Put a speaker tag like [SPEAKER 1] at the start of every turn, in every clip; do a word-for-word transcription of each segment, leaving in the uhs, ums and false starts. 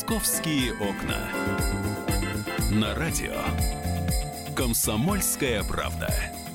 [SPEAKER 1] «Московские окна». На радио «Комсомольская правда».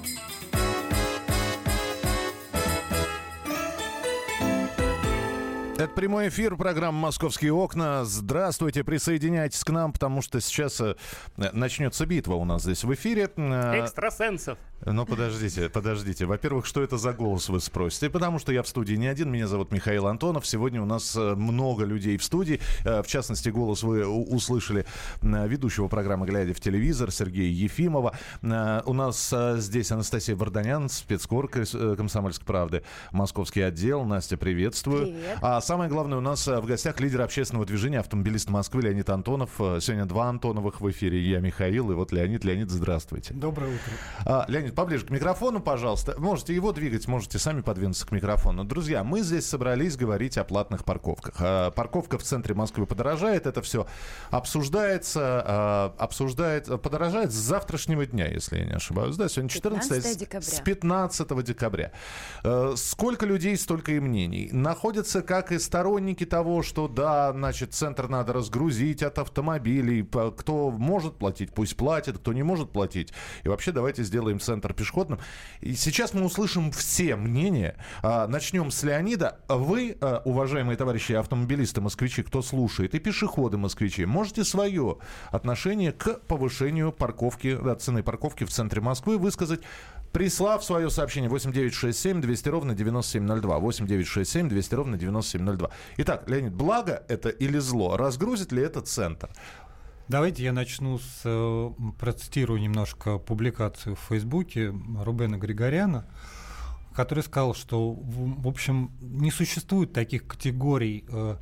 [SPEAKER 2] Это прямой эфир программы «Московские окна». Здравствуйте, присоединяйтесь к нам, потому что сейчас начнется битва у нас здесь в эфире.
[SPEAKER 3] Экстрасенсов.
[SPEAKER 2] Ну, подождите, подождите. Во-первых, что это за голос, вы спросите? Потому что я в студии не один. Меня зовут Михаил Антонов. Сегодня у нас много людей в студии. В частности, голос вы услышали ведущего программы «Глядя в телевизор» Сергея Ефимова. У нас здесь Анастасия Варданян, спецкор «Комсомольской правды», московский отдел. Настя, приветствую.
[SPEAKER 4] Привет.
[SPEAKER 2] А самое главное, у нас в гостях лидер общественного движения «Автомобилист Москвы» Леонид Антонов. Сегодня два Антоновых в эфире. Я Михаил, и вот Леонид. Леонид, здравствуйте.
[SPEAKER 3] Доброе утро.
[SPEAKER 2] А, Леонид, поближе к микрофону, пожалуйста. Можете его двигать, можете сами подвинуться к микрофону. Друзья, мы здесь собрались говорить о платных парковках. А, парковка в центре Москвы подорожает. Это все обсуждается, а, обсуждает, подорожает с завтрашнего дня, если я не ошибаюсь. Да, сегодня четырнадцатое декабря. С пятнадцатого декабря. А, сколько людей, столько и мнений. Находятся как и сторонники того, что да, значит, центр надо разгрузить от автомобилей. Кто может платить, пусть платит. Кто не может платить. И вообще давайте сделаем центр пешеходным. И сейчас мы услышим все мнения. Начнем с Леонида. Вы, уважаемые товарищи автомобилисты, москвичи, кто слушает, и пешеходы, москвичи, можете свое отношение к повышению парковки, да, цены парковки в центре Москвы высказать, прислав свое сообщение восемь девятьсот шестьдесят семь двести ровно девяносто семь ноль два. восемь девятьсот шестьдесят семь двести ровно девяносто семь ноль два. Итак, Леонид, благо это или зло? Разгрузит ли это центр?
[SPEAKER 5] Давайте я начну с, процитирую немножко публикацию в Фейсбуке Рубена Григоряна, который сказал, что, в общем, не существует таких категорий э,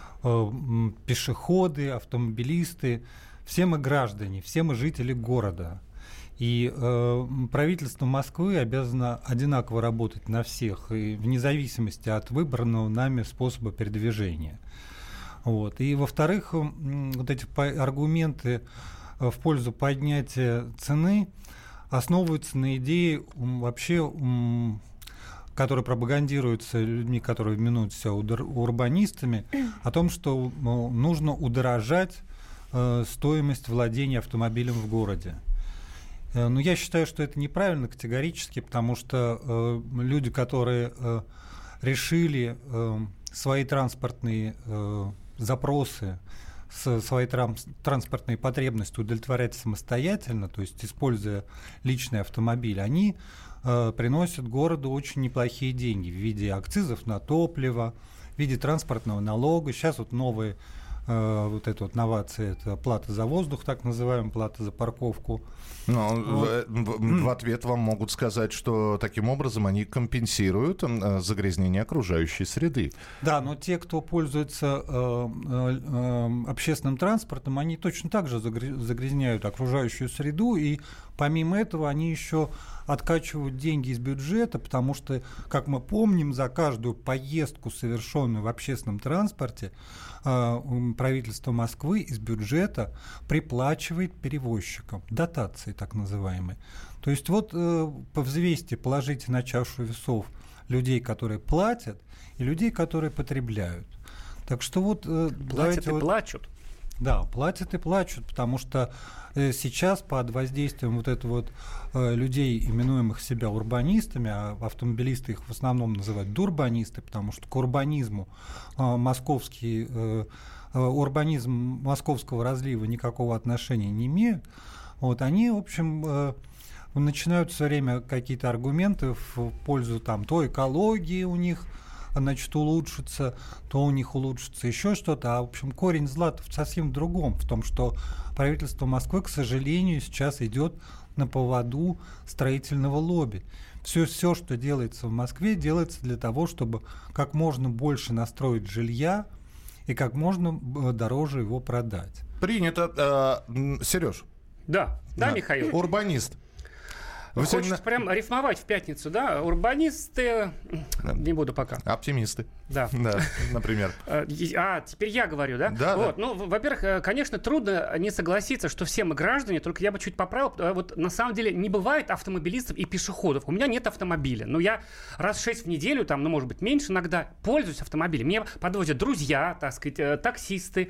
[SPEAKER 5] э, пешеходы, автомобилисты. Все мы граждане, все мы жители города. И э, правительство Москвы обязано одинаково работать на всех, и вне зависимости от выбранного нами способа передвижения. Вот. И, во-вторых, вот эти аргументы в пользу поднятия цены основываются на идее вообще, которая пропагандируется людьми, которые именуют себя урбанистами, о том, что нужно удорожать стоимость владения автомобилем в городе. Но я считаю, что это неправильно категорически, потому что люди, которые решили свои транспортные запросы, свои транспортные потребности удовлетворять самостоятельно, то есть используя личный автомобиль, они э, приносят городу очень неплохие деньги в виде акцизов на топливо, в виде транспортного налога. Сейчас вот новые э, вот эта вот новация, это плата за воздух, так называемая, плата за парковку.
[SPEAKER 2] Но вот. в, в, в ответ вам могут сказать, что таким образом они компенсируют загрязнение окружающей среды.
[SPEAKER 5] Да, но те, кто пользуется э, э, общественным транспортом, они точно так же загрязняют окружающую среду, и помимо этого они еще откачивают деньги из бюджета, потому что, как мы помним, за каждую поездку, совершенную в общественном транспорте, э, правительство Москвы из бюджета приплачивает перевозчикам дотации, так называемые. То есть вот э, взвесьте, положите на чашу весов людей, которые платят, и людей, которые потребляют. Так что вот... Э,
[SPEAKER 3] платят и
[SPEAKER 5] вот,
[SPEAKER 3] плачут.
[SPEAKER 5] Да, платят и плачут, потому что э, сейчас под воздействием вот этого вот э, людей, именуемых себя урбанистами, а автомобилисты их в основном называют дурбанисты, потому что к урбанизму э, московский, э, э, урбанизм московского разлива никакого отношения не имеет. Вот, они, в общем, начинают все время какие-то аргументы в пользу там, то экологии у них, значит, улучшится, то у них улучшится еще что-то. А, в общем, корень зла совсем в другом, в том, что правительство Москвы, к сожалению, сейчас идет на поводу строительного лобби. Все, все, что делается в Москве, делается для того, чтобы как можно больше настроить жилья и как можно дороже его продать.
[SPEAKER 2] Принято. Сереж.
[SPEAKER 3] Да, да, да, Михаил.
[SPEAKER 2] Урбанист. Вы
[SPEAKER 3] Хочется
[SPEAKER 2] сегодня...
[SPEAKER 3] прям рифмовать в пятницу, да? Урбанисты... Да. Не буду пока.
[SPEAKER 2] Оптимисты.
[SPEAKER 3] Да.
[SPEAKER 2] Да, например.
[SPEAKER 3] А, теперь я говорю, да?
[SPEAKER 2] Да,
[SPEAKER 3] вот.
[SPEAKER 2] да.
[SPEAKER 3] Ну, во-первых, конечно, трудно не согласиться, что все мы граждане, только я бы чуть поправил. Вот на самом деле не бывает автомобилистов и пешеходов. У меня нет автомобиля. Но я раз шесть в неделю, там, ну, может быть, меньше иногда, пользуюсь автомобилем. Мне подвозят друзья, так сказать, таксисты,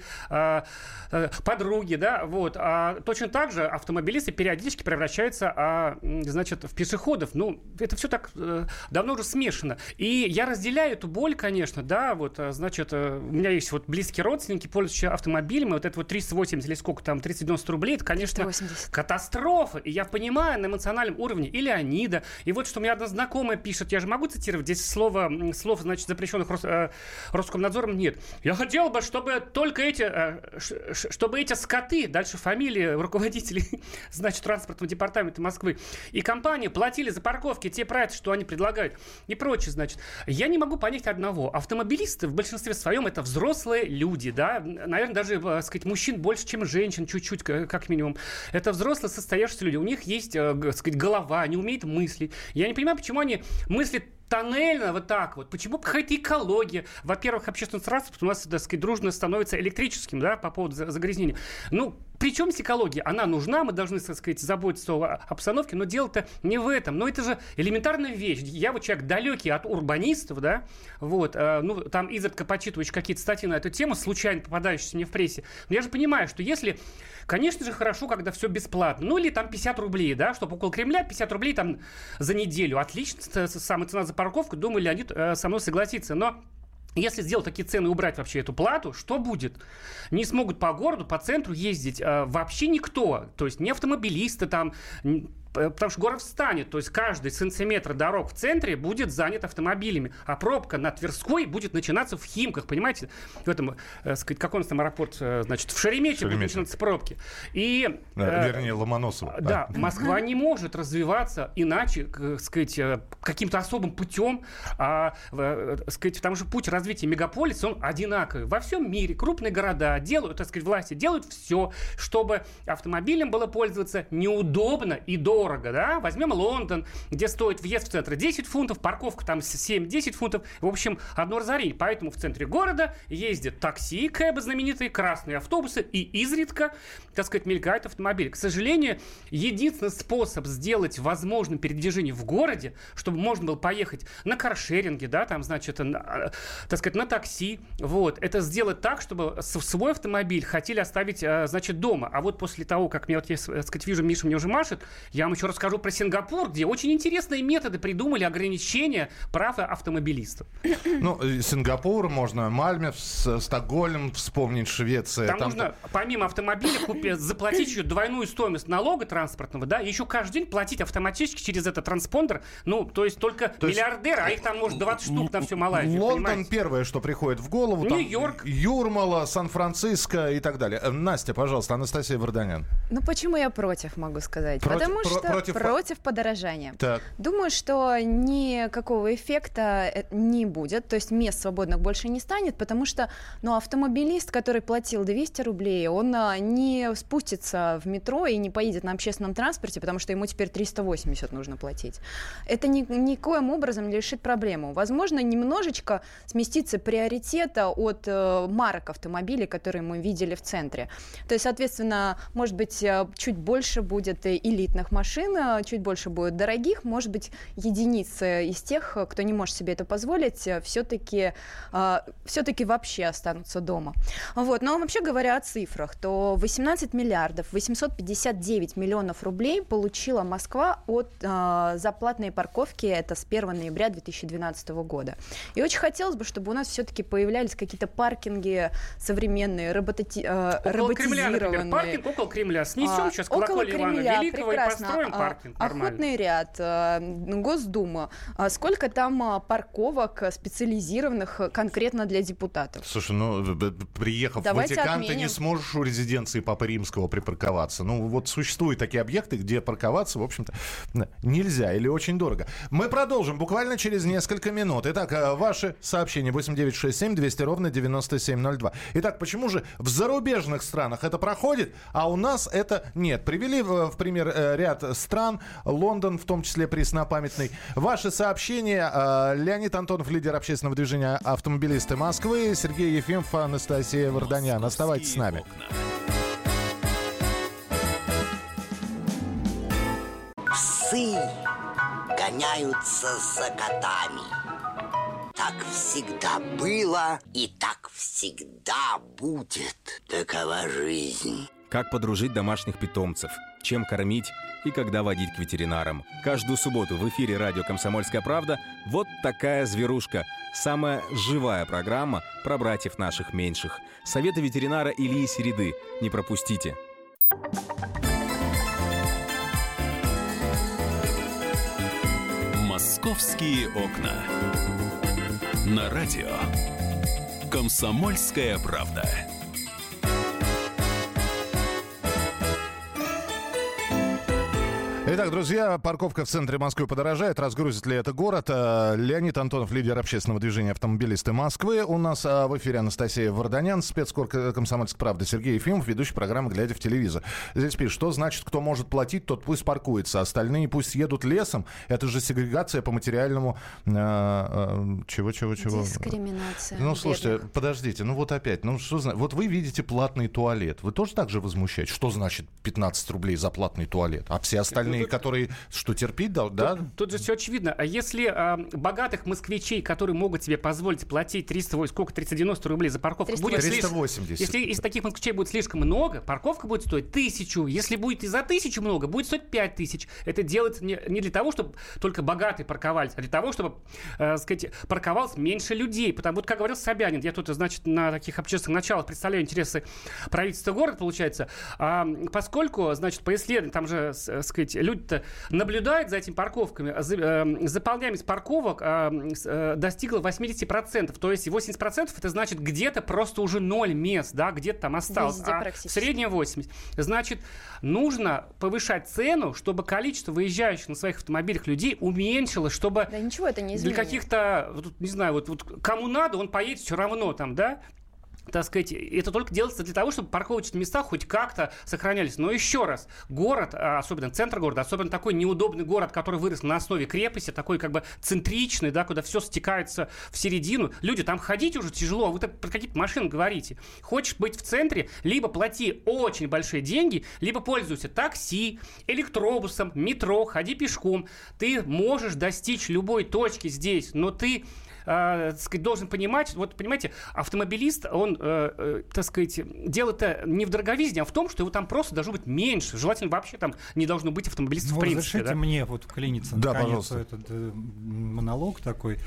[SPEAKER 3] подруги, да, вот. А точно так же автомобилисты периодически превращаются, а, значит, в пешеходов. Ну, это все так давно уже смешано. И я разделяю эту боль, конечно, да, вот, значит, у меня есть вот близкие родственники, пользующие автомобилем, и вот это вот триста восемьдесят или сколько там, триста девяносто рублей, это, конечно, триста восемьдесят. Катастрофа. И я понимаю на эмоциональном уровне, и Леонида, и вот что мне одна знакомая пишет, я же могу цитировать, здесь слово, слов, значит, запрещенных Рос, э, Роскомнадзором нет. Я хотел бы, чтобы только эти, э, ш, чтобы эти скоты, дальше фамилии руководителей, значит, транспортного департамента Москвы, и компании платили за парковки те прайсы, что они предлагают, и прочее, значит. Я не могу понять одного. Автомобилисты в большинстве своем это взрослые люди, да, наверное, даже, так сказать, мужчин больше, чем женщин, чуть-чуть, как минимум. Это взрослые состоявшиеся люди. У них есть, так сказать, голова, они умеют мыслить. Я не понимаю, почему они мыслят тоннельно вот так вот. Почему какая-то экология? Во-первых, общественный транспорт у нас, так сказать, дружно становится электрическим, да, по поводу загрязнения. Ну, при чем здесь экология? Она нужна, мы должны, так сказать, заботиться о обстановке, но дело-то не в этом. Но это же элементарная вещь. Я вот человек далекий от урбанистов, да, вот, э, ну, там изредка почитываешь какие-то статьи на эту тему, случайно попадающиеся мне в прессе. Но я же понимаю, что если, конечно же, хорошо, когда все бесплатно, ну, или там пятьдесят рублей, да, чтобы около Кремля пятьдесят рублей там за неделю. Отлично, самая цена за парковку, думаю, Леонид э, со мной согласится, но если сделать такие цены и убрать вообще эту плату, что будет? Не смогут по городу, по центру ездить э, вообще никто. То есть ни автомобилисты там, ни, потому что город встанет. То есть каждый сантиметр дорог в центре будет занят автомобилями. А пробка на Тверской будет начинаться в Химках, понимаете? В этом, э, сказать, как у нас там аэропорт, э, значит, в Шереметьево будут начинаться пробки. И,
[SPEAKER 2] да,
[SPEAKER 3] э,
[SPEAKER 2] вернее, Ломоносово.
[SPEAKER 3] Да,
[SPEAKER 2] да,
[SPEAKER 3] Москва не может развиваться иначе, так сказать, каким-то особым путем. А, так сказать, потому что путь развития мегаполиса, он одинаковый. Во всем мире крупные города делают, так сказать, власти делают все, чтобы автомобилем было пользоваться неудобно и дорого. Да? Возьмем Лондон, где стоит въезд в центр десять фунтов, парковка там семь-десять фунтов. В общем, одно разорение. Поэтому в центре города ездят такси, кэбы знаменитые, красные автобусы, и изредка, так сказать, мелькают автомобили. К сожалению, единственный способ сделать возможным передвижение в городе, чтобы можно было поехать на каршеринге, да, там, значит, на, так сказать, на такси, вот, это сделать так, чтобы свой автомобиль хотели оставить, значит, дома. А вот после того, как мне, вот я, так сказать, вижу, Миша мне уже машет, я вам еще расскажу про Сингапур, где очень интересные методы придумали ограничения прав автомобилистов.
[SPEAKER 2] Ну, Сингапур, можно Мальме, Стокгольм вспомнить, Швеция.
[SPEAKER 3] Там,
[SPEAKER 2] там
[SPEAKER 3] нужно помимо автомобиля купить, заплатить еще двойную стоимость налога транспортного, да, и еще каждый день платить автоматически через этот транспондер, ну, то есть только то миллиардеры, есть... а их там может двадцать штук на всю Малайзию.
[SPEAKER 2] Лондон
[SPEAKER 3] понимаете?
[SPEAKER 2] Первое, что приходит в голову.
[SPEAKER 3] Нью-Йорк.
[SPEAKER 2] Юрмала, Сан-Франциско и так далее. Настя, пожалуйста, Анастасия Варданян.
[SPEAKER 4] Ну, почему я против, могу сказать?
[SPEAKER 2] Против,
[SPEAKER 4] Потому
[SPEAKER 2] про-
[SPEAKER 4] что
[SPEAKER 2] против...
[SPEAKER 4] против подорожания.
[SPEAKER 2] Так.
[SPEAKER 4] Думаю, что никакого эффекта не будет, то есть мест свободных больше не станет, потому что, ну, автомобилист, который платил двести рублей, он не спустится в метро и не поедет на общественном транспорте, потому что ему теперь триста восемьдесят нужно платить. Это ни, никоим образом не решит проблему. Возможно, немножечко сместится приоритета от э, марок автомобилей, которые мы видели в центре. То есть, соответственно, может быть, чуть больше будет элитных машин, чуть больше будет дорогих, может быть, единицы из тех, кто не может себе это позволить, все-таки, э, все-таки вообще останутся дома. Вот. Но вообще говоря о цифрах, то восемнадцать миллиардов восемьсот пятьдесят девять миллионов рублей получила Москва от э, заплатной парковки, это с первого ноября две тысячи двенадцатого года. И очень хотелось бы, чтобы у нас все-таки появлялись какие-то паркинги современные, роботи- э,
[SPEAKER 3] около Кремля, например, паркинг около Кремля. Снесем а, сейчас колокольня Ивана Великого и построим паркинг.
[SPEAKER 4] А, Охотный ряд, э, Госдума. А сколько там парковок специализированных конкретно для депутатов?
[SPEAKER 2] Слушай, ну, приехав
[SPEAKER 4] Давайте
[SPEAKER 2] в Ватикан,
[SPEAKER 4] отменим.
[SPEAKER 2] ты не сможешь у резиденции Папы Римского припарковаться. Ну, вот существуют такие объекты, где парковаться, в общем-то, нельзя или очень дорого. Мы продолжим буквально через несколько минут. Итак, ваши сообщения восемь девятьсот шестьдесят семь двести ровно девяносто семь ноль два. Итак, почему же в зарубежных странах это проходит, а у нас это нет? Привели в пример ряд стран, Лондон в том числе преснопамятный. Ваши сообщения. Леонид Антонов, лидер общественного движения «Автомобилисты Москвы», Сергей Ефимов, Анастасия Варданян. Оставайтесь с нами.
[SPEAKER 6] Псы гоняются за котами. Так всегда было и так всегда будет. Такова жизнь.
[SPEAKER 7] Как подружить домашних питомцев, чем кормить и когда водить к ветеринарам. Каждую субботу в эфире радио «Комсомольская правда» вот такая зверушка. Самая живая программа про братьев наших меньших. Советы ветеринара Ильи Середы. Не пропустите.
[SPEAKER 1] «Московские окна». На радио «Комсомольская правда».
[SPEAKER 2] Итак, друзья, парковка в центре Москвы подорожает. Разгрузит ли это город? Леонид Антонов, лидер общественного движения «Автомобилисты Москвы». У нас в эфире Анастасия Варданян, спецкор «Комсомольской правды» Сергей Ефимов, ведущий программы «Глядя в телевизор». Здесь пишет, что значит, кто может платить, тот пусть паркуется. Остальные пусть едут лесом. Это же сегрегация по материальному... Чего-чего-чего?
[SPEAKER 4] Дискриминация.
[SPEAKER 2] Ну, слушайте,
[SPEAKER 4] бедных.
[SPEAKER 2] подождите, ну вот опять. Ну, что значит? Вот вы видите платный туалет. Вы тоже так же возмущаетесь? Что значит пятнадцать рублей за платный туалет? А все остальные... которые что, терпеть, да?
[SPEAKER 3] Тут, тут же все очевидно. А если а, богатых москвичей, которые могут себе позволить платить триста, сколько, триста девяносто рублей за парковку,
[SPEAKER 4] триста
[SPEAKER 3] будет
[SPEAKER 2] триста восемьдесят.
[SPEAKER 3] Если из таких москвичей будет слишком много, парковка будет стоить тысячу. Если будет и за тысячу много, будет стоить пять тысяч. Это делается не, не для того, чтобы только богатые парковались, а для того, чтобы, э, сказать, парковалось меньше людей. Потому что, как говорил Собянин, я тут, значит, на таких общественных началах представляю интересы правительства города, получается. А, поскольку, значит, по исследованиям, там же, сказать, люди-то наблюдают за этими парковками. Заполняемость парковок достигла восемьдесят процентов. То есть восемьдесят процентов это значит где-то просто уже ноль мест, да, где-то там осталось.
[SPEAKER 4] Везде
[SPEAKER 3] а
[SPEAKER 4] практически.
[SPEAKER 3] в среднем восемьдесят. Значит, нужно повышать цену, чтобы количество выезжающих на своих автомобилях людей уменьшилось, чтобы...
[SPEAKER 4] Да ничего это не изменит.
[SPEAKER 3] Для каких-то, вот, не знаю, вот, вот кому надо, он поедет все равно там, да? Так сказать, это только делается для того, чтобы парковочные места хоть как-то сохранялись. Но еще раз, город, особенно центр города, особенно такой неудобный город, который вырос на основе крепости, такой как бы центричный, да, куда все стекается в середину. Люди, там ходить уже тяжело, а вы так про какие-то машины говорите. Хочешь быть в центре, либо плати очень большие деньги, либо пользуйся такси, электробусом, метро, ходи пешком. Ты можешь достичь любой точки здесь, но ты... Э, так сказать, должен понимать, вот понимаете, автомобилист, он, э, э, так сказать, дело это не в дороговизне, а в том, что его там просто должно быть меньше. Желательно вообще там не должно быть автомобилистов
[SPEAKER 5] ну,
[SPEAKER 3] в принципе.
[SPEAKER 5] Разрешите
[SPEAKER 3] да?
[SPEAKER 5] мне вот вклиниться
[SPEAKER 2] да,
[SPEAKER 5] наконец
[SPEAKER 2] пожалуйста.
[SPEAKER 5] в этот э, монолог такой.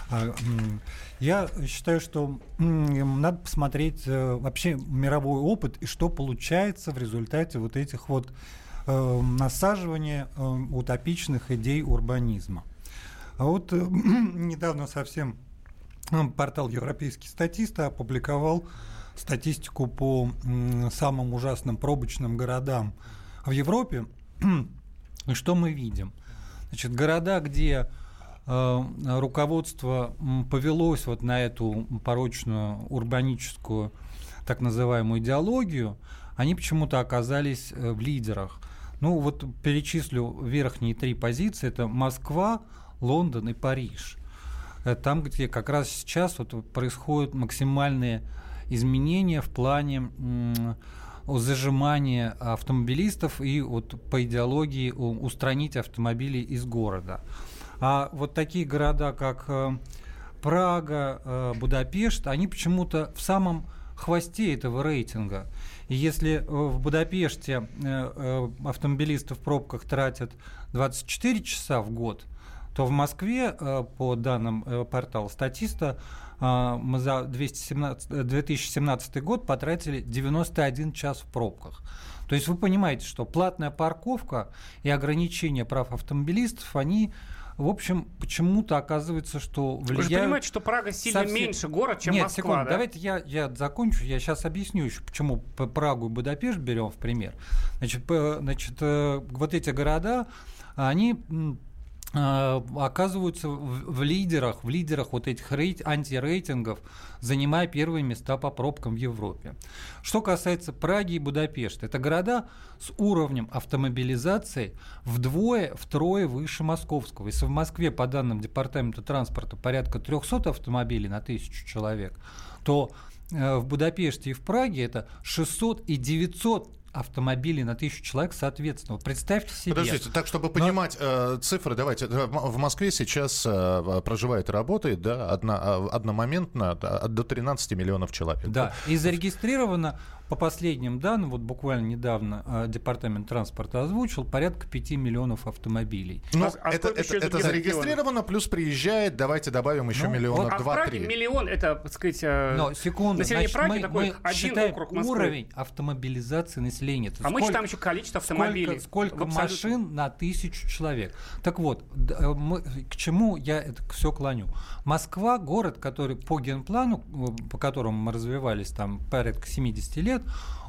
[SPEAKER 5] Я считаю, что надо посмотреть э, вообще мировой опыт и что получается в результате вот этих вот э, насаживания э, утопичных идей урбанизма. А вот э, недавно совсем портал «Европейский статист» опубликовал статистику по э, самым ужасным пробочным городам в Европе. И что мы видим? Значит, города, где э, руководство повелось вот на эту порочную урбаническую так называемую идеологию, они почему-то оказались э, в лидерах. Ну вот перечислю верхние три позиции. Это Москва, Лондон и Париж. Там, где как раз сейчас вот происходят максимальные изменения в плане м- зажимания автомобилистов и вот по идеологии устранить автомобили из города. А вот такие города, как э, Прага, э, Будапешт, они почему-то в самом хвосте этого рейтинга. И если в Будапеште э, э, автомобилисты в пробках тратят двадцать четыре часа в год, то в Москве, по данным портала «Статиста», мы за две тысячи семнадцатый год потратили девяносто один час в пробках. То есть вы понимаете, что платная парковка и ограничения прав автомобилистов, они, в общем, почему-то оказывается, что влияют...
[SPEAKER 3] Вы же понимаете, что Прага сильно
[SPEAKER 5] совсем...
[SPEAKER 3] меньше город, чем
[SPEAKER 5] Нет,
[SPEAKER 3] Москва,
[SPEAKER 5] секунду,
[SPEAKER 3] да?
[SPEAKER 5] давайте я, я закончу, я сейчас объясню еще, почему Прагу и Будапешт берем в пример. Значит, значит вот эти города, они... оказываются в, в лидерах, в лидерах вот этих рейт, антирейтингов, занимая первые места по пробкам в Европе. Что касается Праги и Будапешта, это города с уровнем автомобилизации вдвое, втрое выше московского. Если в Москве, по данным Департамента транспорта, порядка триста автомобилей на тысячу человек, то э, в Будапеште и в Праге это шестьсот и девятьсот автомобилей на тысячу человек соответственно. Представьте себе.
[SPEAKER 2] Подождите, так, чтобы понимать Но... э, цифры, давайте. В Москве сейчас э, проживает и работает, да, одно, одномоментно до тринадцати миллионов человек.
[SPEAKER 5] Да, и зарегистрировано, по последним данным, вот буквально недавно э, Департамент транспорта озвучил, порядка пяти миллионов автомобилей.
[SPEAKER 2] Ну,
[SPEAKER 3] а,
[SPEAKER 2] это,
[SPEAKER 3] а
[SPEAKER 2] это, это зарегистрировано, плюс приезжает, давайте добавим еще ну, миллиона
[SPEAKER 3] вот,
[SPEAKER 2] два-три.
[SPEAKER 3] А в Праге миллион, это, так сказать, э,
[SPEAKER 5] Но, секунду,
[SPEAKER 3] население
[SPEAKER 5] значит,
[SPEAKER 3] Праги
[SPEAKER 5] мы,
[SPEAKER 3] такой
[SPEAKER 5] мы
[SPEAKER 3] один округ Москвы.
[SPEAKER 5] Уровень автомобилизации населения. Это
[SPEAKER 3] а сколько, мы считаем еще количество автомобилей.
[SPEAKER 5] Сколько, сколько машин на тысячу человек. Так вот, мы, к чему я это все клоню? Москва, город, который по генплану, по которому мы развивались там порядка семьдесят лет,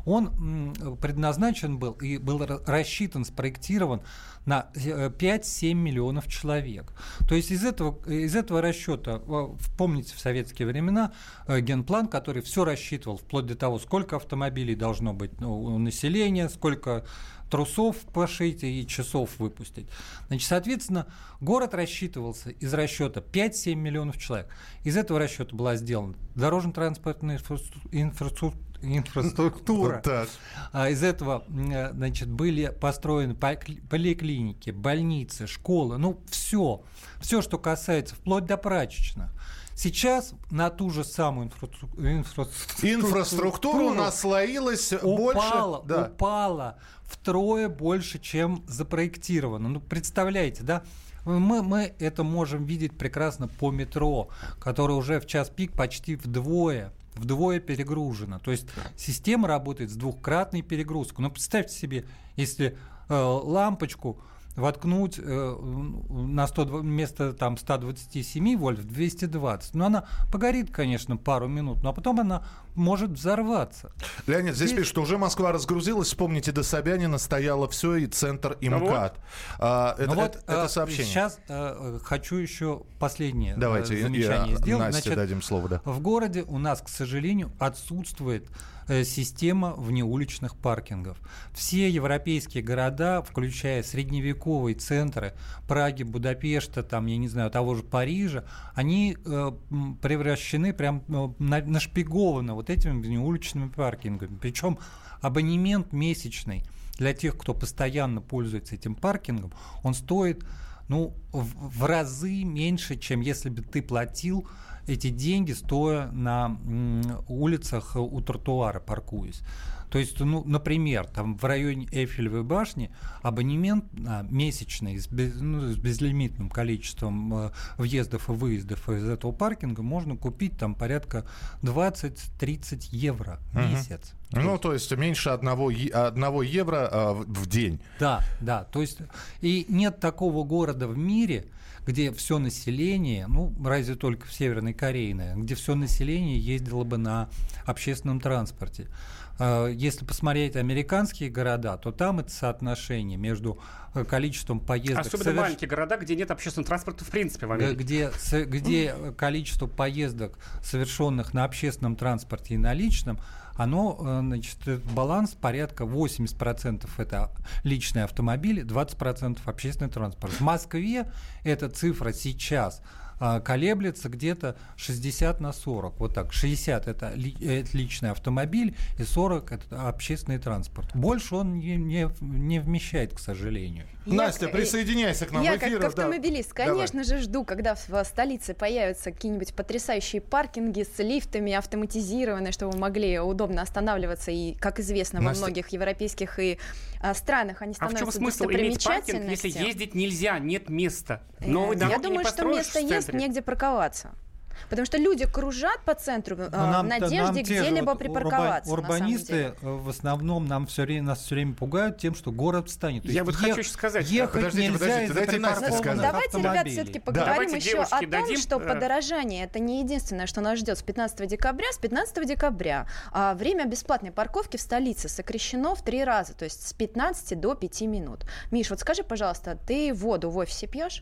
[SPEAKER 5] он предназначен был и был рассчитан, спроектирован на пять-семь миллионов человек. То есть из этого, из этого расчета, помните, в советские времена генплан, который все рассчитывал, вплоть до того, сколько автомобилей должно быть у населения, сколько трусов пошить и часов выпустить. Значит, соответственно, город рассчитывался из расчета пять-семь миллионов человек. Из этого расчета была сделана дорожно-транспортная инфраструктура, инфраструктура.
[SPEAKER 2] Вот
[SPEAKER 5] а из этого, значит, были построены поликлиники, больницы, школы, ну, все. Все, что касается, вплоть до прачечных. Сейчас на ту же самую инфраструктуру, инфраструктуру,
[SPEAKER 2] инфраструктуру наслоилась
[SPEAKER 5] упала,
[SPEAKER 2] больше. Да.
[SPEAKER 5] Упала втрое больше, чем запроектировано. Ну, представляете, да? Мы, мы это можем видеть прекрасно по метро, которое уже в час пик почти вдвое вдвое перегружена. То есть система работает с двухкратной перегрузкой. Но представьте себе, если э, лампочку воткнуть э, на сто, вместо там, сто двадцать семь вольт в двести двадцать. Но она погорит, конечно, пару минут, но потом она может взорваться.
[SPEAKER 2] Леонид, здесь, здесь... пишет, что уже Москва разгрузилась. Вспомните, до Собянина стояло все, и центр, и МКАД. А, это,
[SPEAKER 5] вот,
[SPEAKER 2] это, это сообщение.
[SPEAKER 5] Сейчас э, хочу еще последнее
[SPEAKER 2] Давайте,
[SPEAKER 5] замечание
[SPEAKER 2] я,
[SPEAKER 5] сделать.
[SPEAKER 2] Насте
[SPEAKER 5] Значит,
[SPEAKER 2] дадим слово. Да.
[SPEAKER 5] В городе у нас, к сожалению, отсутствует э, система внеуличных паркингов. Все европейские города, включая средневековые центры Праги, Будапешта, там, я не знаю, того же Парижа, они э, превращены прям э, на, нашпигованы вот этими внеуличными паркингами. Причем абонемент месячный для тех, кто постоянно пользуется этим паркингом, он стоит ну, в, в разы меньше, чем если бы ты платил эти деньги, стоя на м, улицах у тротуара, паркуясь. То есть, ну, например, там в районе Эйфелевой башни абонемент а, месячный с, без, ну, с безлимитным количеством а, въездов и выездов из этого паркинга можно купить там порядка двадцать-тридцать евро в
[SPEAKER 2] угу.
[SPEAKER 5] месяц.
[SPEAKER 2] Ну, то есть меньше одного, одного евро а, в день.
[SPEAKER 5] Да, да. То есть и нет такого города в мире, где все население, ну, разве только в Северной Корее, наверное, где все население ездило бы на общественном транспорте. Если посмотреть американские города, то там это соотношение между количеством поездок...
[SPEAKER 3] Особенно соверш... маленькие города, где нет общественного транспорта в принципе в Америке.
[SPEAKER 5] Где, где количество поездок, совершенных на общественном транспорте и на личном, оно, значит, баланс порядка восемьдесят процентов это личные автомобили, двадцать процентов общественный транспорт. В Москве эта цифра сейчас колеблется где-то шестьдесят на сорок. Вот так. шестьдесят это, ли, это личный автомобиль, и сорок это общественный транспорт. Больше он не, не, не вмещает, к сожалению.
[SPEAKER 2] Я, Настя, присоединяйся к нам
[SPEAKER 4] я
[SPEAKER 2] в эфир.
[SPEAKER 4] Я как автомобилист,
[SPEAKER 2] да.
[SPEAKER 4] конечно
[SPEAKER 2] Давай.
[SPEAKER 4] же, жду, когда в столице появятся какие-нибудь потрясающие паркинги с лифтами автоматизированные, чтобы мы могли удобно останавливаться. И, как известно, Настя... во многих европейских и а, странах они становятся
[SPEAKER 3] а в чем смысл иметь паркинг, если ездить нельзя, нет места? Новые
[SPEAKER 4] Я думаю,
[SPEAKER 3] не
[SPEAKER 4] что место есть, негде парковаться. Потому что люди кружат по центру э,
[SPEAKER 5] нам,
[SPEAKER 4] в надежде где-либо вот припарковаться.
[SPEAKER 5] Урбанисты в основном нам все время, нас все время пугают тем, что город встанет.
[SPEAKER 3] Я вот е- хочу сказать.
[SPEAKER 5] Ехать
[SPEAKER 2] подождите,
[SPEAKER 5] нельзя
[SPEAKER 2] подождите, дайте Насте сказать.
[SPEAKER 4] Давайте, ребят, все-таки поговорим
[SPEAKER 3] да.
[SPEAKER 4] еще о том,
[SPEAKER 3] дадим,
[SPEAKER 4] что
[SPEAKER 3] э...
[SPEAKER 4] подорожание это не единственное, что нас ждет с пятнадцатого декабря. С пятнадцатого декабря а, время бесплатной парковки в столице сокращено в три раза, то есть с пятнадцати до пяти минут. Миш, вот скажи, пожалуйста, ты воду в офисе пьешь?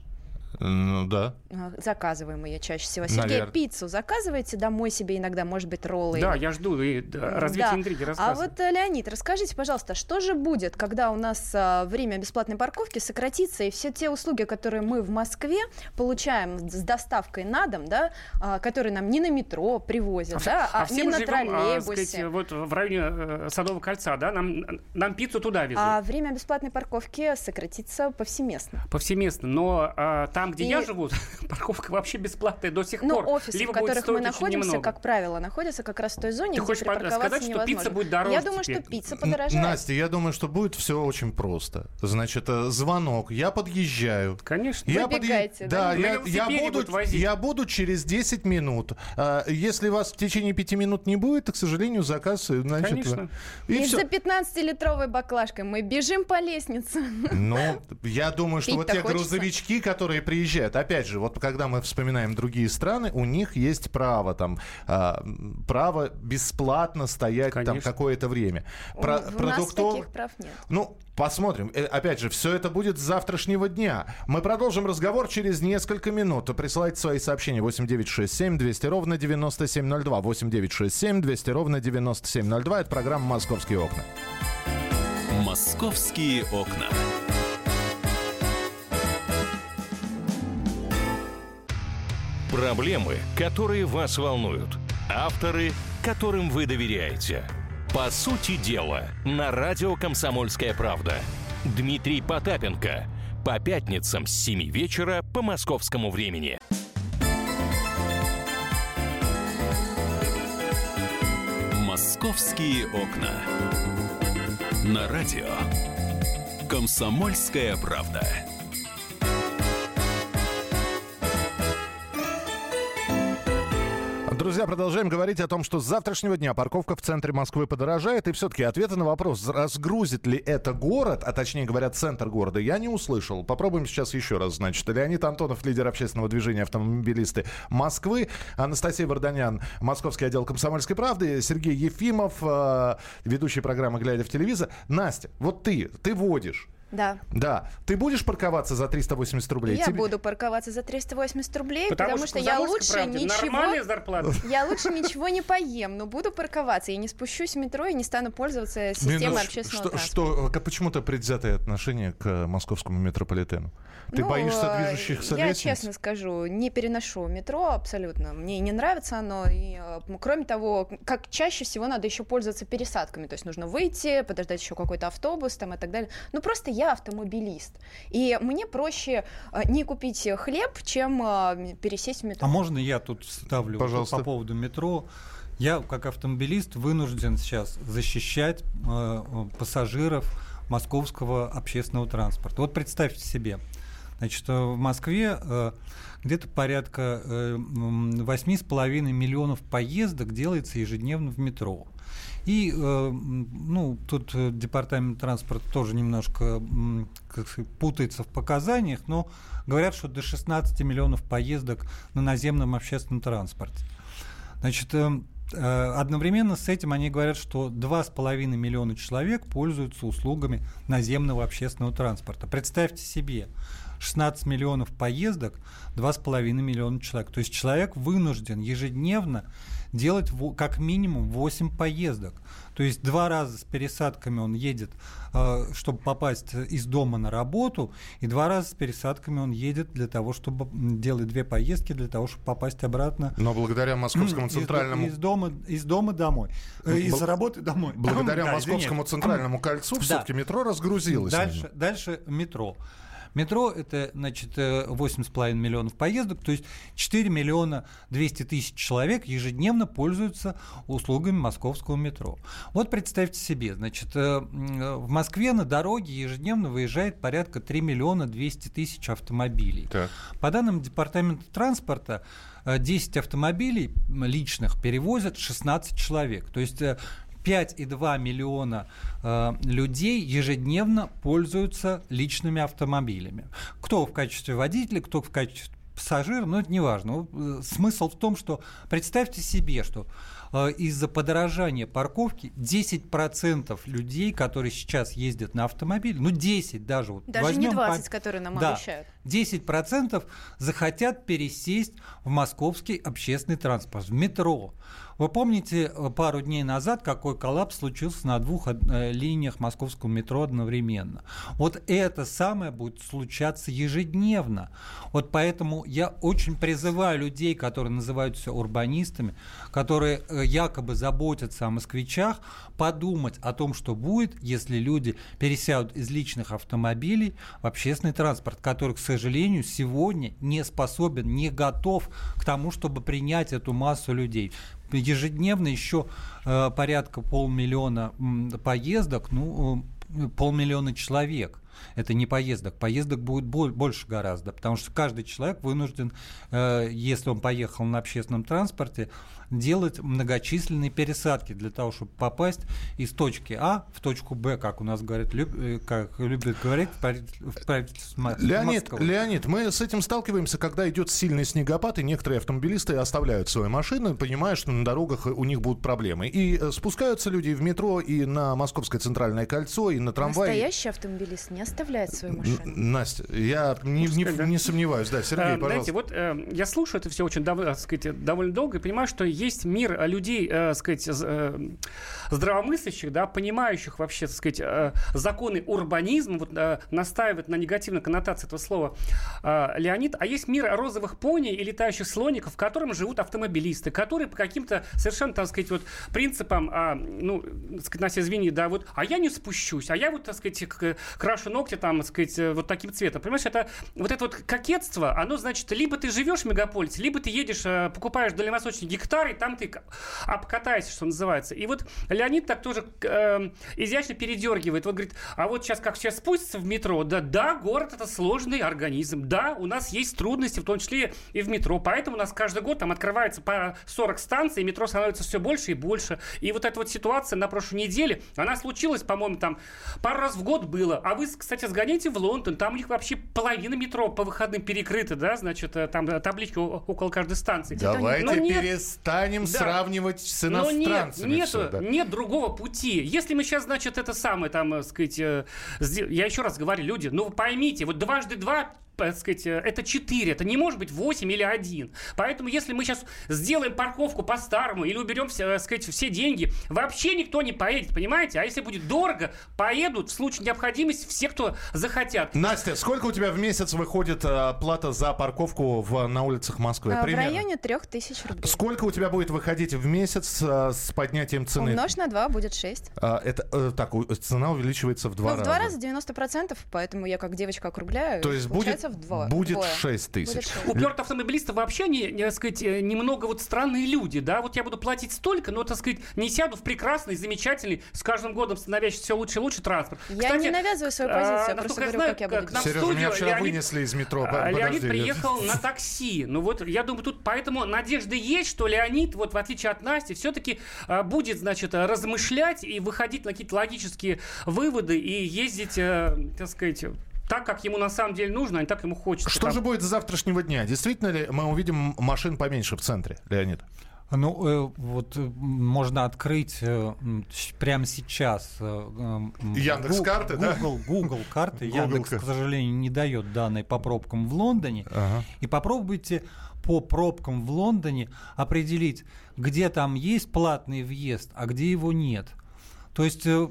[SPEAKER 2] Ну, да.
[SPEAKER 4] Заказываем ее чаще всего. Сергей,
[SPEAKER 2] Наверное.
[SPEAKER 4] пиццу заказываете домой себе иногда, может быть, роллы?
[SPEAKER 3] Да, я жду и да, развитие
[SPEAKER 4] Да.
[SPEAKER 3] интриги
[SPEAKER 4] А
[SPEAKER 3] рассказывай.
[SPEAKER 4] вот, Леонид, расскажите, пожалуйста, что же будет, когда у нас а, время бесплатной парковки сократится, и все те услуги, которые мы в Москве получаем с доставкой на дом, да, а, которые нам не на метро привозят, да, а,
[SPEAKER 3] а все
[SPEAKER 4] не
[SPEAKER 3] мы
[SPEAKER 4] на
[SPEAKER 3] живем, а,
[SPEAKER 4] троллейбусе.
[SPEAKER 3] сказать, вот в районе э, Садового кольца, да, нам, нам пиццу туда везут.
[SPEAKER 4] А время бесплатной парковки сократится повсеместно.
[SPEAKER 3] Повсеместно. Но а, там, где
[SPEAKER 4] И-
[SPEAKER 3] я живу, парковка вообще бесплатная до сих
[SPEAKER 4] Но
[SPEAKER 3] пор.
[SPEAKER 4] офисы,
[SPEAKER 3] Либо
[SPEAKER 4] в
[SPEAKER 3] будет
[SPEAKER 4] которых мы
[SPEAKER 3] стоить очень
[SPEAKER 4] находимся,
[SPEAKER 3] немного.
[SPEAKER 4] как правило, находятся как раз в той зоне,
[SPEAKER 3] Ты
[SPEAKER 4] где
[SPEAKER 3] хочешь по-
[SPEAKER 4] припарковаться
[SPEAKER 3] сказать, что
[SPEAKER 4] невозможно.
[SPEAKER 3] пицца будет дороже
[SPEAKER 4] Я думаю,
[SPEAKER 3] теперь?
[SPEAKER 4] что пицца подорожает.
[SPEAKER 2] Настя, я думаю, что будет все очень просто. Значит, э, звонок, я подъезжаю.
[SPEAKER 3] Конечно.
[SPEAKER 2] Я
[SPEAKER 4] Выбегайте,
[SPEAKER 2] подъе-
[SPEAKER 4] да?
[SPEAKER 2] Да,
[SPEAKER 3] На
[SPEAKER 2] я, я
[SPEAKER 3] велосипеде
[SPEAKER 2] буду,
[SPEAKER 3] будут возить.
[SPEAKER 2] я буду через десять минут. А, если вас в течение пяти минут не будет, то, к сожалению, заказ, э, значит...
[SPEAKER 3] Конечно.
[SPEAKER 2] И
[SPEAKER 4] И
[SPEAKER 2] всё.
[SPEAKER 4] за пятнадцатилитровой баклажкой мы бежим по лестнице.
[SPEAKER 2] Ну, я думаю, что вот
[SPEAKER 4] Пить-то
[SPEAKER 2] те
[SPEAKER 4] хочется.
[SPEAKER 2] грузовички, которые приезжают, опять же, вот когда мы вспоминаем другие страны, у них есть право там, а, право бесплатно стоять там
[SPEAKER 3] Конечно.
[SPEAKER 2] какое-то время. Про-
[SPEAKER 4] У- У нас
[SPEAKER 2] продуктов-
[SPEAKER 4] таких прав нет.
[SPEAKER 2] Ну, посмотрим. Э, Опять же, все это будет с завтрашнего дня. Мы продолжим разговор через несколько минут. Присылайте свои сообщения восемь девять шесть семь двести ровно девяносто семь ноль два. восемь девять шесть семь двести ровно девяносто семь ноль два. Это программа «Московские окна».
[SPEAKER 1] «Московские окна».
[SPEAKER 8] Проблемы, которые вас волнуют. Авторы, которым вы доверяете. По сути дела, на радио «Комсомольская правда». Дмитрий Потапенко. По пятницам с семи вечера по московскому времени.
[SPEAKER 1] «Московские окна». На радио «Комсомольская правда».
[SPEAKER 2] Друзья, продолжаем говорить о том, что с завтрашнего дня парковка в центре Москвы подорожает. И все-таки ответа на вопрос, разгрузит ли это город, а точнее говоря, центр города, я не услышал. Попробуем сейчас еще раз. Значит, Леонид Антонов, лидер общественного движения «Автомобилисты Москвы», Анастасия Варданян, московский отдел «Комсомольской правды», Сергей Ефимов, э, ведущий программы «Глядя в телевизор». Настя, вот ты, ты водишь.
[SPEAKER 4] Да.
[SPEAKER 2] Да. Ты будешь парковаться за триста восемьдесят рублей?
[SPEAKER 4] Я
[SPEAKER 2] Тебе-
[SPEAKER 4] буду парковаться за триста восемьдесят рублей,
[SPEAKER 3] Потому,
[SPEAKER 4] потому,
[SPEAKER 3] что,
[SPEAKER 4] что,
[SPEAKER 3] в
[SPEAKER 4] я
[SPEAKER 3] «Комсомольской
[SPEAKER 4] лучше
[SPEAKER 3] правде»
[SPEAKER 4] ничего...
[SPEAKER 3] нормальная зарплата.
[SPEAKER 4] Я лучше ничего не поем, но буду парковаться. Я не спущусь в метро и не стану пользоваться системой
[SPEAKER 2] Минут,
[SPEAKER 4] общественного
[SPEAKER 2] что,
[SPEAKER 4] транспорта.
[SPEAKER 2] что, как- почему-то предвзятое отношение к московскому метрополитену? Ты
[SPEAKER 4] Ну,
[SPEAKER 2] боишься
[SPEAKER 4] э,
[SPEAKER 2] движущихся
[SPEAKER 4] Я
[SPEAKER 2] лестниц?
[SPEAKER 4] честно скажу, не переношу метро абсолютно. Мне не нравится оно. И, э, кроме того, как чаще всего надо еще пользоваться пересадками. То есть нужно выйти, подождать еще какой-то автобус там, и так далее. Ну просто я автомобилист. И мне проще э, не купить хлеб, чем э, пересесть в метро.
[SPEAKER 5] А можно я тут вставлю вот
[SPEAKER 2] Пожалуйста.
[SPEAKER 5] по поводу метро? Я, как автомобилист, вынужден сейчас защищать э, пассажиров московского общественного транспорта. Вот представьте себе, значит, в Москве э, где-то порядка э, восемь с половиной миллионов поездок делается ежедневно в метро. И, э, ну, тут э, департамент транспорта тоже немножко м, как сказать, путается в показаниях, но говорят, что до шестнадцати миллионов поездок на наземном общественном транспорте. Значит, э, э, одновременно с этим они говорят, что два с половиной миллиона человек пользуются услугами наземного общественного транспорта. Представьте себе, шестнадцать миллионов поездок, два с половиной миллиона человек. То есть человек вынужден ежедневно делать во- как минимум восемь поездок. То есть два раза с пересадками он едет, э, чтобы попасть из дома на работу, и два раза с пересадками он едет для того, чтобы м, делать две поездки для того, чтобы попасть обратно
[SPEAKER 2] Но благодаря московскому
[SPEAKER 5] из,
[SPEAKER 2] центральному...
[SPEAKER 5] из дома, из дома домой. Э, Из
[SPEAKER 2] Бл-
[SPEAKER 5] работы домой.
[SPEAKER 2] Благодаря
[SPEAKER 5] Да,
[SPEAKER 2] московскому
[SPEAKER 5] извините.
[SPEAKER 2] центральному кольцу
[SPEAKER 5] Да.
[SPEAKER 2] все-таки метро разгрузилось.
[SPEAKER 5] Дальше, дальше метро. Метро — это, значит, восемь с половиной миллионов поездок, то есть четыре миллиона двести тысяч человек ежедневно пользуются услугами московского метро. Вот представьте себе, значит, э, в Москве на дороге ежедневно выезжает порядка три миллиона двести тысяч автомобилей.
[SPEAKER 2] Так.
[SPEAKER 5] По данным Департамента транспорта, э, десять автомобилей личных перевозят шестнадцать человек. То есть э, пять и два миллиона э, людей ежедневно пользуются личными автомобилями. Кто в качестве водителя, кто в качестве пассажирам, но это не важно. Смысл в том, что представьте себе, что из-за подорожания парковки десять процентов людей, которые сейчас ездят на автомобиле, ну десять даже. Вот
[SPEAKER 4] даже не двадцать, по... которые нам
[SPEAKER 5] да,
[SPEAKER 4] обещают.
[SPEAKER 5] десять процентов захотят пересесть в московский общественный транспорт, в метро. Вы помните, пару дней назад какой коллапс случился на двух линиях московского метро одновременно? Вот это самое будет случаться ежедневно. Вот поэтому я очень призываю людей, которые называются урбанистами, которые якобы заботятся о москвичах, подумать о том, что будет, если люди пересядут из личных автомобилей в общественный транспорт, который, к сожалению, сегодня не способен, не готов к тому, чтобы принять эту массу людей. Ежедневно еще э, порядка полмиллиона м, поездок, ну, э, полмиллиона человек. Это не поездок. Поездок будет больше гораздо, потому что каждый человек вынужден, э, если он поехал на общественном транспорте, делать многочисленные пересадки для того, чтобы попасть из точки А в точку Б, как у нас говорят, люб, как любят говорить в правительстве
[SPEAKER 2] Леонид,
[SPEAKER 5] Москвы.
[SPEAKER 2] Леонид, мы с этим сталкиваемся, когда идет сильный снегопад, и некоторые автомобилисты оставляют свои машины, понимая, что на дорогах у них будут проблемы. И спускаются люди в метро, и на Московское центральное кольцо, и на трамвай.
[SPEAKER 4] Настоящий автомобилист не оставляет свою машину.
[SPEAKER 2] Настя, я не, не,
[SPEAKER 3] сказать, да?
[SPEAKER 2] не сомневаюсь. Да, Сергей,
[SPEAKER 3] а,
[SPEAKER 2] пожалуйста.
[SPEAKER 3] Знаете, вот э, я слушаю это все очень дов- сказать, довольно долго и понимаю, что есть мир людей, э, сказать, э, здравомыслящих, да, понимающих вообще, так сказать, э, законы урбанизма, вот, э, настаивает на негативной коннотации этого слова э, Леонид, а есть мир розовых пони и летающих слоников, в котором живут автомобилисты, которые по каким-то совершенно, так сказать, вот принципам, э, ну, так сказать, Настя, извини, да, вот, а я не спущусь, а я вот, так сказать, крашу ногти там, так сказать, вот таким цветом. Понимаешь, это вот это вот кокетство, оно, значит, либо ты живешь в мегаполисе, либо ты едешь, э, покупаешь дальневосточный гектар, и там ты обкатайся, что называется. И вот Леонид так тоже э, изящно передергивает. Вот говорит, а вот сейчас как сейчас спустится в метро, да, да, город это сложный организм, да, у нас есть трудности, в том числе и в метро, поэтому у нас каждый год там открывается по сорок станций, и метро становится все больше и больше. И вот эта вот ситуация на прошлой неделе, она случилась, по-моему, там пару раз в год было. А вы, кстати, сгоните в Лондон, там у них вообще половина метро по выходным перекрыта, да, значит, там таблички около каждой станции.
[SPEAKER 2] Давайте
[SPEAKER 3] Но нет,
[SPEAKER 2] перестанем
[SPEAKER 3] да.
[SPEAKER 2] сравнивать с иностранцами.
[SPEAKER 3] Но нет,
[SPEAKER 2] все,
[SPEAKER 3] нету,
[SPEAKER 2] да.
[SPEAKER 3] нет другого пути. Если мы сейчас, значит, это самое, там, так сказать, я еще раз говорю, люди, ну, вы поймите, вот дважды два, так сказать, это четыре, это не может быть восемь или один. Поэтому, если мы сейчас сделаем парковку по-старому или уберем, так сказать, все деньги, вообще никто не поедет, понимаете? А если будет дорого, поедут в случае необходимости все, кто захотят.
[SPEAKER 2] Настя, сколько у тебя в месяц выходит а, плата за парковку в, на улицах Москвы?
[SPEAKER 4] А, в
[SPEAKER 2] Примерно.
[SPEAKER 4] районе трех тысяч рублей.
[SPEAKER 2] Сколько у тебя будет выходить в месяц а, с поднятием цены?
[SPEAKER 4] Умножь на два, будет шесть.
[SPEAKER 2] А, это, а, так, цена увеличивается в два
[SPEAKER 4] ну,
[SPEAKER 2] раза.
[SPEAKER 4] в два раза девяносто процентов, поэтому я как девочка округляю.
[SPEAKER 2] То есть будет,
[SPEAKER 4] в два,
[SPEAKER 2] будет
[SPEAKER 4] двое.
[SPEAKER 2] шесть тысяч.
[SPEAKER 4] Будет шесть.
[SPEAKER 3] Упертые автомобилисты вообще, не, не, так сказать, немного вот странные люди, да, вот я буду платить столько, но, так сказать, не сяду в прекрасный, замечательный, с каждым годом становящийся все лучше и лучше транспорт.
[SPEAKER 4] Я
[SPEAKER 3] Кстати,
[SPEAKER 4] не навязываю свою позицию,
[SPEAKER 3] а,
[SPEAKER 4] я просто
[SPEAKER 3] я
[SPEAKER 4] говорю,
[SPEAKER 3] знаю,
[SPEAKER 4] как я буду
[SPEAKER 3] к нам в
[SPEAKER 2] Сережа,
[SPEAKER 3] студию
[SPEAKER 2] меня вчера
[SPEAKER 3] Леонид,
[SPEAKER 2] вынесли из метро.
[SPEAKER 3] а,
[SPEAKER 2] Подожди,
[SPEAKER 3] Леонид
[SPEAKER 2] я-
[SPEAKER 3] приехал на такси. Ну вот, я думаю, тут поэтому надежда есть, что Леонид, вот в отличие от Насти, все-таки а, будет, значит, размышлять и выходить на какие-то логические выводы и ездить, а, так сказать, так, как ему на самом деле нужно, а не так ему хочется.
[SPEAKER 2] Что
[SPEAKER 3] Там.
[SPEAKER 2] же будет с завтрашнего дня? Действительно ли мы увидим машин поменьше в центре, Леонид?
[SPEAKER 5] Ну, э, вот э, можно открыть э, щ- прямо сейчас э, э,
[SPEAKER 2] Яндекс.Карты, да?
[SPEAKER 5] Google, Google карты.
[SPEAKER 2] Google
[SPEAKER 5] Яндекс,
[SPEAKER 2] карты.
[SPEAKER 5] к сожалению, не дает данные по пробкам в Лондоне.
[SPEAKER 2] Ага.
[SPEAKER 5] И попробуйте по пробкам в Лондоне определить, где там есть платный въезд, а где его нет. То есть э,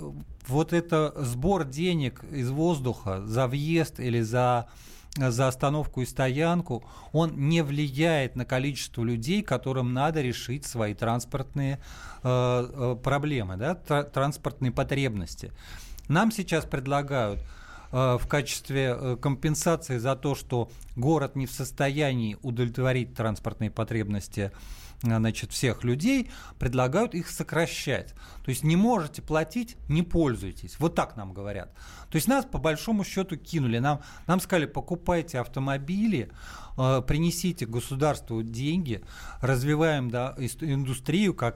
[SPEAKER 5] вот это сбор денег из воздуха за въезд или за за остановку и стоянку, он не влияет на количество людей, которым надо решить свои транспортные э, э, проблемы, да, тра- транспортные потребности. Нам сейчас предлагают э, в качестве э, компенсации за то, что город не в состоянии удовлетворить транспортные потребности, значит, всех людей, предлагают их сокращать. То есть не можете платить, не пользуйтесь. Вот так нам говорят. То есть нас по большому счету кинули. Нам, нам сказали, покупайте автомобили, принесите государству деньги, развиваем да, индустрию, как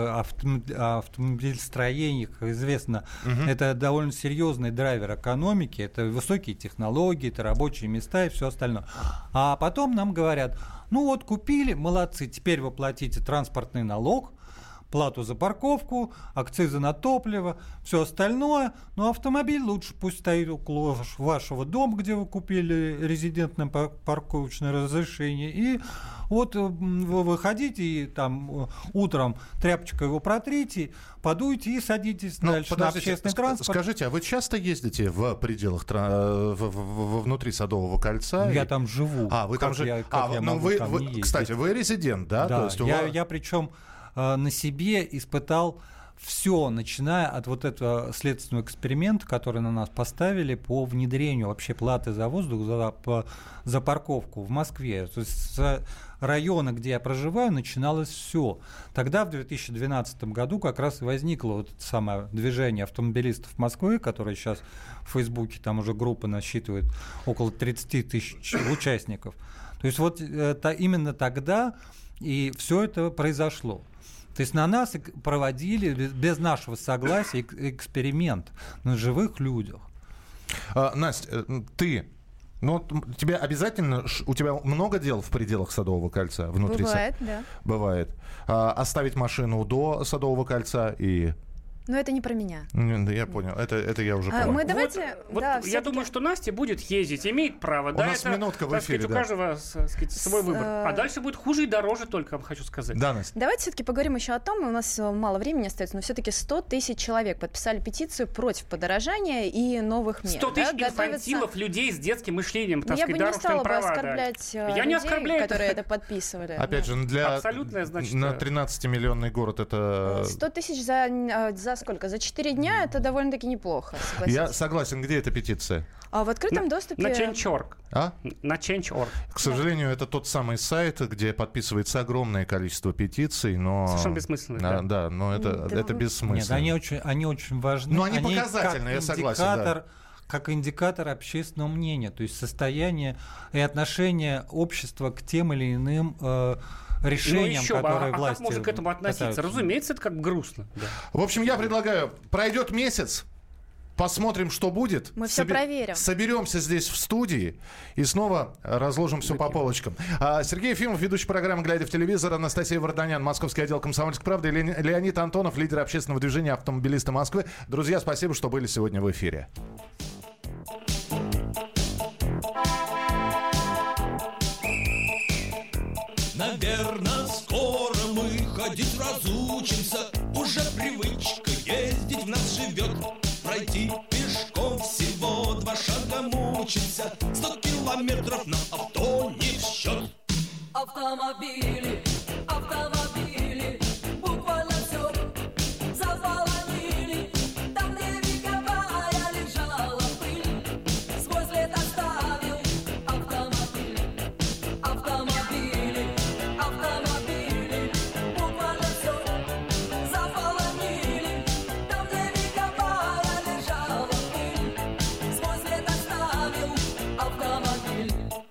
[SPEAKER 5] автомобилестроение, как известно, угу. это довольно серьезный драйвер экономики, это высокие технологии, это рабочие места и все остальное. А потом нам говорят, ну вот купили, молодцы, теперь вы платите транспортный налог, плату за парковку, акцизы на топливо, все остальное. Но автомобиль лучше пусть стоит около вашего дома, где вы купили резидентное парковочное разрешение. И вот вы выходите и там утром тряпочкой его протрите, подуйте и садитесь Но дальше на общественный транспорт.
[SPEAKER 2] Скажите, а вы часто ездите в пределах, в, в, в, внутри Садового кольца?
[SPEAKER 5] Я и... там живу.
[SPEAKER 2] А, вы там живете? А, ну вы, вы, кстати, вы резидент, да?
[SPEAKER 5] Да,
[SPEAKER 2] То есть
[SPEAKER 5] я,
[SPEAKER 2] вас...
[SPEAKER 5] я причем на себе испытал все, начиная от вот этого следственного эксперимента, который на нас поставили по внедрению вообще платы за воздух, за, по, за парковку в Москве. То есть с района, где я проживаю, начиналось все. Тогда, в две тысячи двенадцатом году, как раз и возникло вот это самое движение автомобилистов Москвы, которое сейчас в Фейсбуке, там уже группа насчитывает около тридцать тысяч участников. То есть вот это, именно тогда и все это произошло. То есть на нас проводили без нашего согласия эксперимент на живых людях.
[SPEAKER 2] А, Настя, ты, ну, тебе обязательно, у тебя много дел в пределах Садового кольца? Внутри
[SPEAKER 4] Бывает,
[SPEAKER 2] са...
[SPEAKER 4] да.
[SPEAKER 2] Бывает. А, оставить машину до Садового кольца и...
[SPEAKER 4] Но это не про меня.
[SPEAKER 2] Я понял. Это, это я уже понял.
[SPEAKER 4] А, мы давайте,
[SPEAKER 3] вот,
[SPEAKER 4] да,
[SPEAKER 3] вот я думаю, что Настя будет ездить, имеет право.
[SPEAKER 2] У
[SPEAKER 3] да,
[SPEAKER 2] нас
[SPEAKER 3] это,
[SPEAKER 2] минутка в эфире,
[SPEAKER 3] сказать,
[SPEAKER 2] да.
[SPEAKER 3] У каждого сказать, свой
[SPEAKER 4] С,
[SPEAKER 3] выбор.
[SPEAKER 4] э...
[SPEAKER 3] А дальше будет хуже и дороже только, хочу сказать.
[SPEAKER 2] Да, Настя.
[SPEAKER 4] Давайте все-таки поговорим еще о том, у нас мало времени остается, но все-таки сто тысяч человек подписали петицию против подорожания и новых мер.
[SPEAKER 3] сто тысяч
[SPEAKER 4] да,
[SPEAKER 3] инфантилов,
[SPEAKER 4] готовятся...
[SPEAKER 3] людей с детским мышлением, так
[SPEAKER 4] Я
[SPEAKER 3] сказать,
[SPEAKER 4] бы не стала бы
[SPEAKER 3] права,
[SPEAKER 4] оскорблять
[SPEAKER 3] да.
[SPEAKER 4] людей,
[SPEAKER 3] Я не оскорбляю,
[SPEAKER 4] которые это подписывали.
[SPEAKER 2] Опять же, для...
[SPEAKER 3] Абсолютно, значит,
[SPEAKER 2] на тринадцатимиллионный город это...
[SPEAKER 4] сто тысяч за, за сколько? За четыре дня это довольно таки неплохо, согласитесь.
[SPEAKER 2] Я согласен. Где эта петиция?
[SPEAKER 4] А в открытом
[SPEAKER 3] на,
[SPEAKER 4] доступе...
[SPEAKER 3] На Change точка орг.
[SPEAKER 2] А?
[SPEAKER 3] На Change точка орг.
[SPEAKER 2] К сожалению, да. Это тот самый сайт, где подписывается огромное количество петиций, но...
[SPEAKER 3] Совершенно бессмысленно.
[SPEAKER 2] А,
[SPEAKER 3] да,
[SPEAKER 2] да, но это,
[SPEAKER 4] да.
[SPEAKER 2] это бессмысленно.
[SPEAKER 5] Нет, они очень, они очень важны.
[SPEAKER 2] Но они, они показательны, я согласен. Да.
[SPEAKER 5] Как индикатор общественного мнения, то есть состояние и отношение общества к тем или иным э, решениям,
[SPEAKER 3] еще,
[SPEAKER 5] которые
[SPEAKER 3] а,
[SPEAKER 5] власти...
[SPEAKER 3] А как можно к этому относиться?
[SPEAKER 5] пытаются.
[SPEAKER 3] Разумеется, это как грустно. Да.
[SPEAKER 2] В общем, я предлагаю, пройдет месяц, посмотрим, что будет.
[SPEAKER 4] Мы все
[SPEAKER 2] Собер...
[SPEAKER 4] проверим.
[SPEAKER 2] Соберемся здесь в студии и снова разложим все по полочкам. А, Сергей Ефимов, ведущий программы «Глядя в телевизор», Анастасия Варданян, московский отдел «Комсомольской правды», Ле... Леонид Антонов, лидер общественного движения «Автомобилисты Москвы». Друзья, спасибо, что были сегодня в эфире.
[SPEAKER 9] Наверно, скоро мы ходить разучимся. Уже привычка ездить в нас живет. Пройти пешком всего два шага мучимся. Сто километров на авто не в счет.
[SPEAKER 10] Автомобили, автомобили, буквально все заполонили. Там, где вековая лежала пыль, свой след оставил автомобиль. Автомобили, автомобили, буквально все заполонили. Там, где вековая лежала пыль, свой след оставил автомобиль.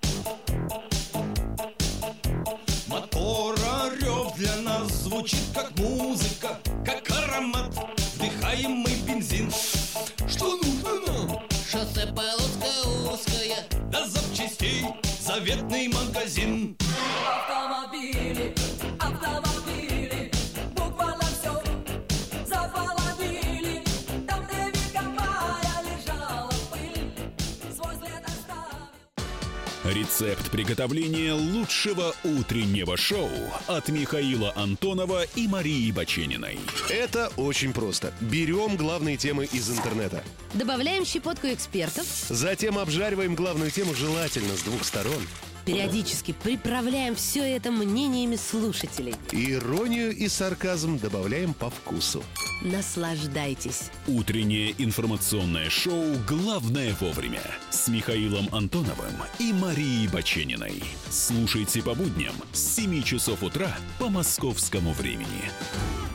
[SPEAKER 9] Мотора рев для нас звучит как музыка, как аромат, вдыхаемый бензин. Что нужно нам?
[SPEAKER 10] Шоссе полоска узкая,
[SPEAKER 9] До запчастей заветный магазин.
[SPEAKER 10] автомобили, автомобили, буквально все заполонили. Там, где вековая лежала пыль, свой след оставил.
[SPEAKER 1] Рецепт приготовления лучшего утреннего шоу от Михаила Антонова и Марии Бачениной.
[SPEAKER 11] Это очень просто. Берем главные темы из интернета.
[SPEAKER 12] Добавляем щепотку экспертов.
[SPEAKER 11] Затем обжариваем главную тему желательно с двух сторон.
[SPEAKER 12] Периодически приправляем все это мнениями слушателей.
[SPEAKER 11] Иронию и сарказм добавляем по вкусу.
[SPEAKER 12] Наслаждайтесь.
[SPEAKER 1] Утреннее информационное шоу «Главное вовремя» с Михаилом Антоновым и Марией Бачениной. Слушайте по будням с семи часов утра по московскому времени.